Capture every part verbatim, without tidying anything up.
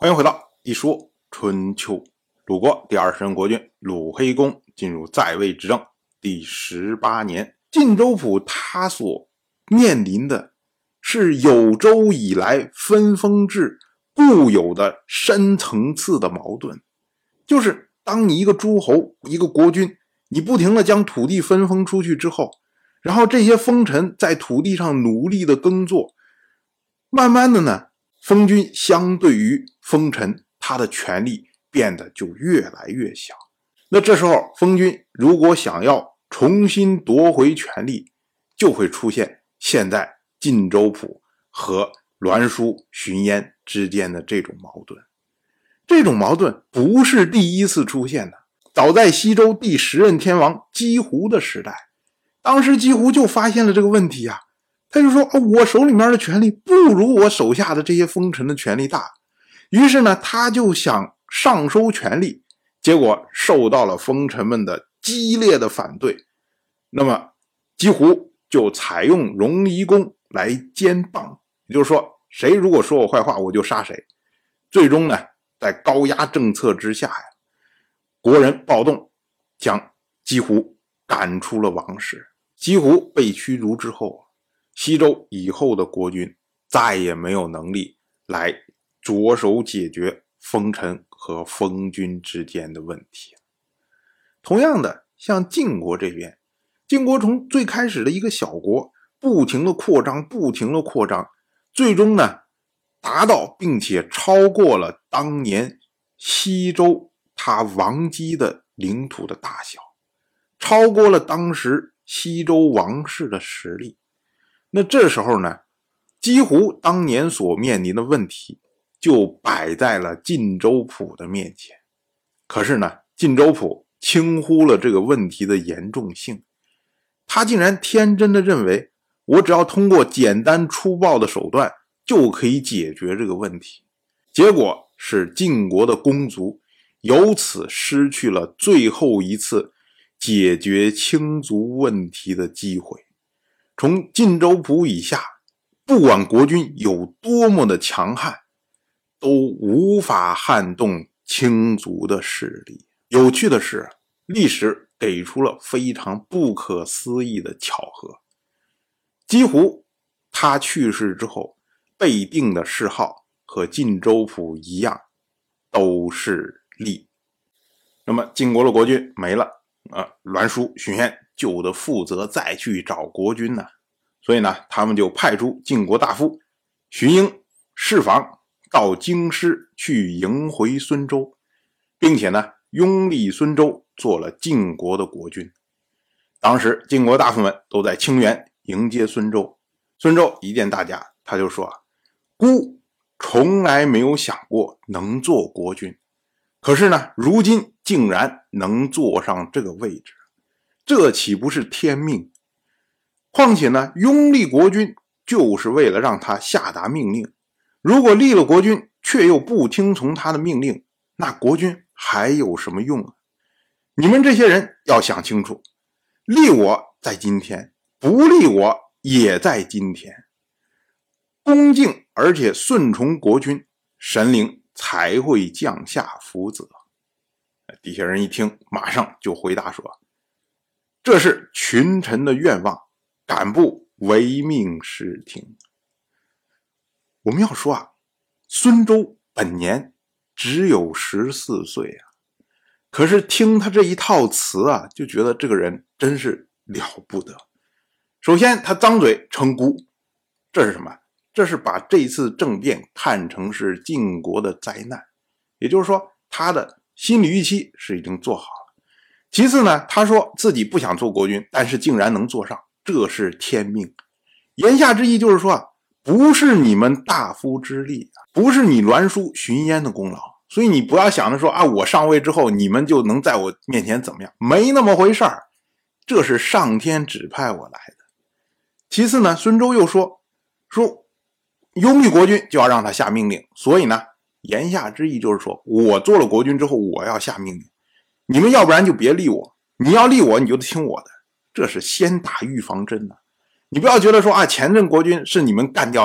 欢迎回到一说春秋。鲁国第二十任国君鲁黑公进入在位执政第十八年，晋州府他所面临的是有周以来分封制固有的深层次的矛盾，就是当你一个诸侯一个国君，你不停地将土地分封出去之后，然后这些封臣在土地上努力的耕作，慢慢的呢，封君相对于封臣他的权力变得就越来越小。那这时候封君如果想要重新夺回权力，就会出现现在晋州府和栾书、荀嫣之间的这种矛盾。这种矛盾不是第一次出现的，早在西周第十任天王姬胡的时代，当时姬胡就发现了这个问题啊，他就说、哦、我手里面的权力不如我手下的这些封臣的权力大，于是呢他就想上收权力，结果受到了封臣们的激烈的反对。那么姬胡就采用戎夷弓来监谤，也就是说谁如果说我坏话我就杀谁。最终呢在高压政策之下呀，国人暴动，将姬胡赶出了王室。姬胡被驱逐之后，西周以后的国君再也没有能力来着手解决封臣和封君之间的问题。同样的，像晋国这边，晋国从最开始的一个小国不停的扩张不停的扩张，最终呢达到并且超过了当年西周他王姬的领土的大小，超过了当时西周王室的实力。那这时候呢，姬胡当年所面临的问题就摆在了晋州府的面前。可是呢，晋州府轻忽了这个问题的严重性，他竟然天真的认为我只要通过简单粗暴的手段就可以解决这个问题。结果是晋国的公族由此失去了最后一次解决卿族问题的机会。从晋州府以下，不管国君有多么的强悍，都无法撼动卿族的势力。有趣的是，历史给出了非常不可思议的巧合。姬胡他去世之后，被定的谥号和晋州府一样，都是厉。那么晋国的国君没了，呃，栾书、荀嫣就得负责再去找国君呢。所以呢，他们就派出晋国大夫荀婴、释访到京师去迎回孙周，并且呢拥立孙周做了晋国的国君。当时晋国大夫们都在清源迎接孙周。孙周一见大家，他就说啊，孤从来没有想过能做国君，可是呢如今竟然能坐上这个位置，这岂不是天命？况且呢，拥立国君就是为了让他下达命令，如果立了国君却又不听从他的命令，那国君还有什么用啊？你们这些人要想清楚，立我在今天，不立我也在今天。恭敬而且顺从国君，神灵才会降下福泽。底下人一听，马上就回答说，这是群臣的愿望，敢不唯命是听。我们要说啊，孙周本年只有十四岁啊，可是听他这一套词啊，就觉得这个人真是了不得。首先他张嘴称孤，这是什么？这是把这次政变看成是晋国的灾难，也就是说他的心理预期是已经做好了。其次呢，他说自己不想做国君，但是竟然能做上，这是天命。言下之意就是说啊，不是你们大夫之力，不是你栾书、荀嫣的功劳，所以你不要想着说啊，我上位之后你们就能在我面前怎么样，没那么回事儿，这是上天指派我来的。其次呢，孙周又说说拥立国君就要让他下命令，所以呢，言下之意就是说我做了国君之后我要下命令，你们要不然就别立我，你要立我你就听我的，这是先打预防针的。你不要觉得说啊，前任国君是你们干掉的，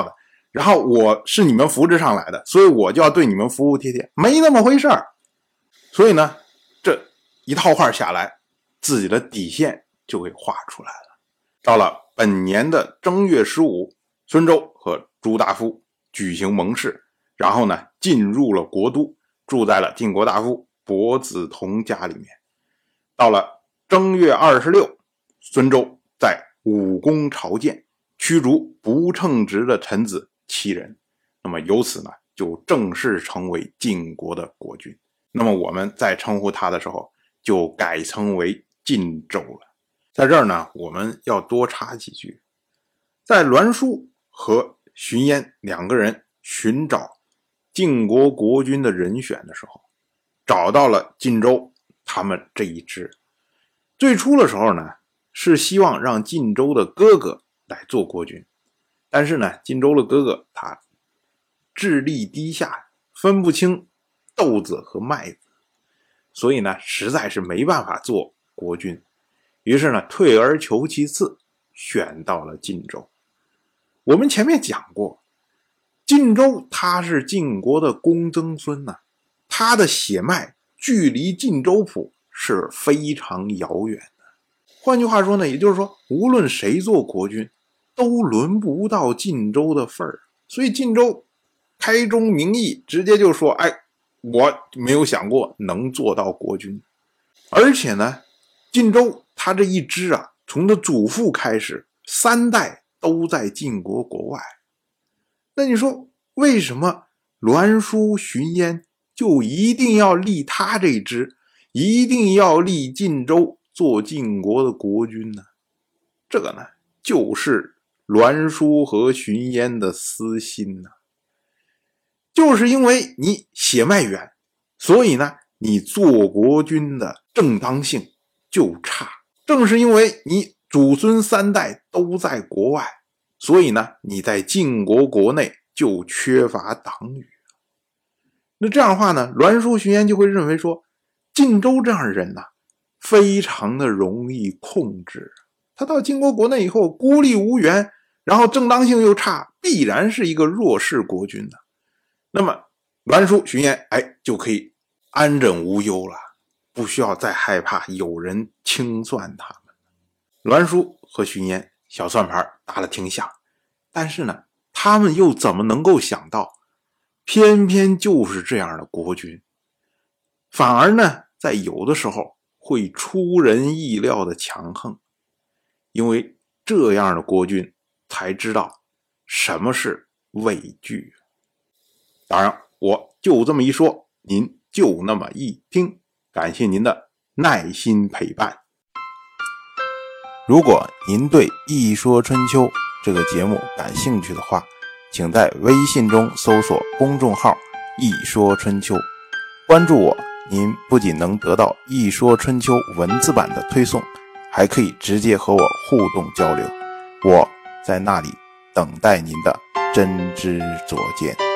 然后我是你们扶植上来的，所以我就要对你们服服帖帖，没那么回事儿。所以呢，这一套话下来，自己的底线就给画出来了。到了本年的正月十五，孙周和朱大夫举行盟誓，然后呢进入了国都，住在了晋国大夫伯子同家里面。到了正月二十六，孙周在武功朝见，驱逐不称职的臣子七人，那么由此呢就正式成为晋国的国君。那么我们在称呼他的时候就改称为晋州了。在这儿呢我们要多插几句，在栾书和荀嫣两个人寻找晋国国君的人选的时候，找到了晋州他们这一支。最初的时候呢是希望让晋州的哥哥来做国君，但是呢晋州的哥哥他智力低下，分不清豆子和麦子，所以呢实在是没办法做国君，于是呢退而求其次，选到了晋州。我们前面讲过，晋州他是晋国的公曾孙呐、啊，他的血脉距离晋州府是非常遥远的。换句话说呢，也就是说无论谁做国君都轮不到晋州的份儿。所以晋州开宗明义直接就说，哎，我没有想过能做到国君。而且呢晋州他这一支啊，从他祖父开始三代都在晋国国外。那你说为什么栾书荀嫣就一定要立他这一支，一定要立晋州做晋国的国君呢？这个呢就是栾书和荀嫣的私心呢、啊。就是因为你血脉远，所以呢你做国君的正当性就差。正是因为你祖孙三代都在国外，所以呢你在晋国国内就缺乏党羽。那这样的话呢，栾书荀嫣就会认为说，晋州这样的人呢、啊，非常的容易控制。他到晋国国内以后孤立无援，然后正当性又差，必然是一个弱势国君的。那么栾书荀嫣哎就可以安枕无忧了，不需要再害怕有人清算他们。栾书和荀嫣小算盘打了挺响，但是呢他们又怎么能够想到偏偏就是这样的国君，反而呢在有的时候会出人意料的强横。因为这样的国君才知道什么是畏惧。当然我就这么一说，您就那么一听，感谢您的耐心陪伴。如果您对《一说春秋》这个节目感兴趣的话，请在微信中搜索公众号“一说春秋”，关注我，您不仅能得到《一说春秋》文字版的推送，还可以直接和我互动交流，我在那里等待您的真知灼见。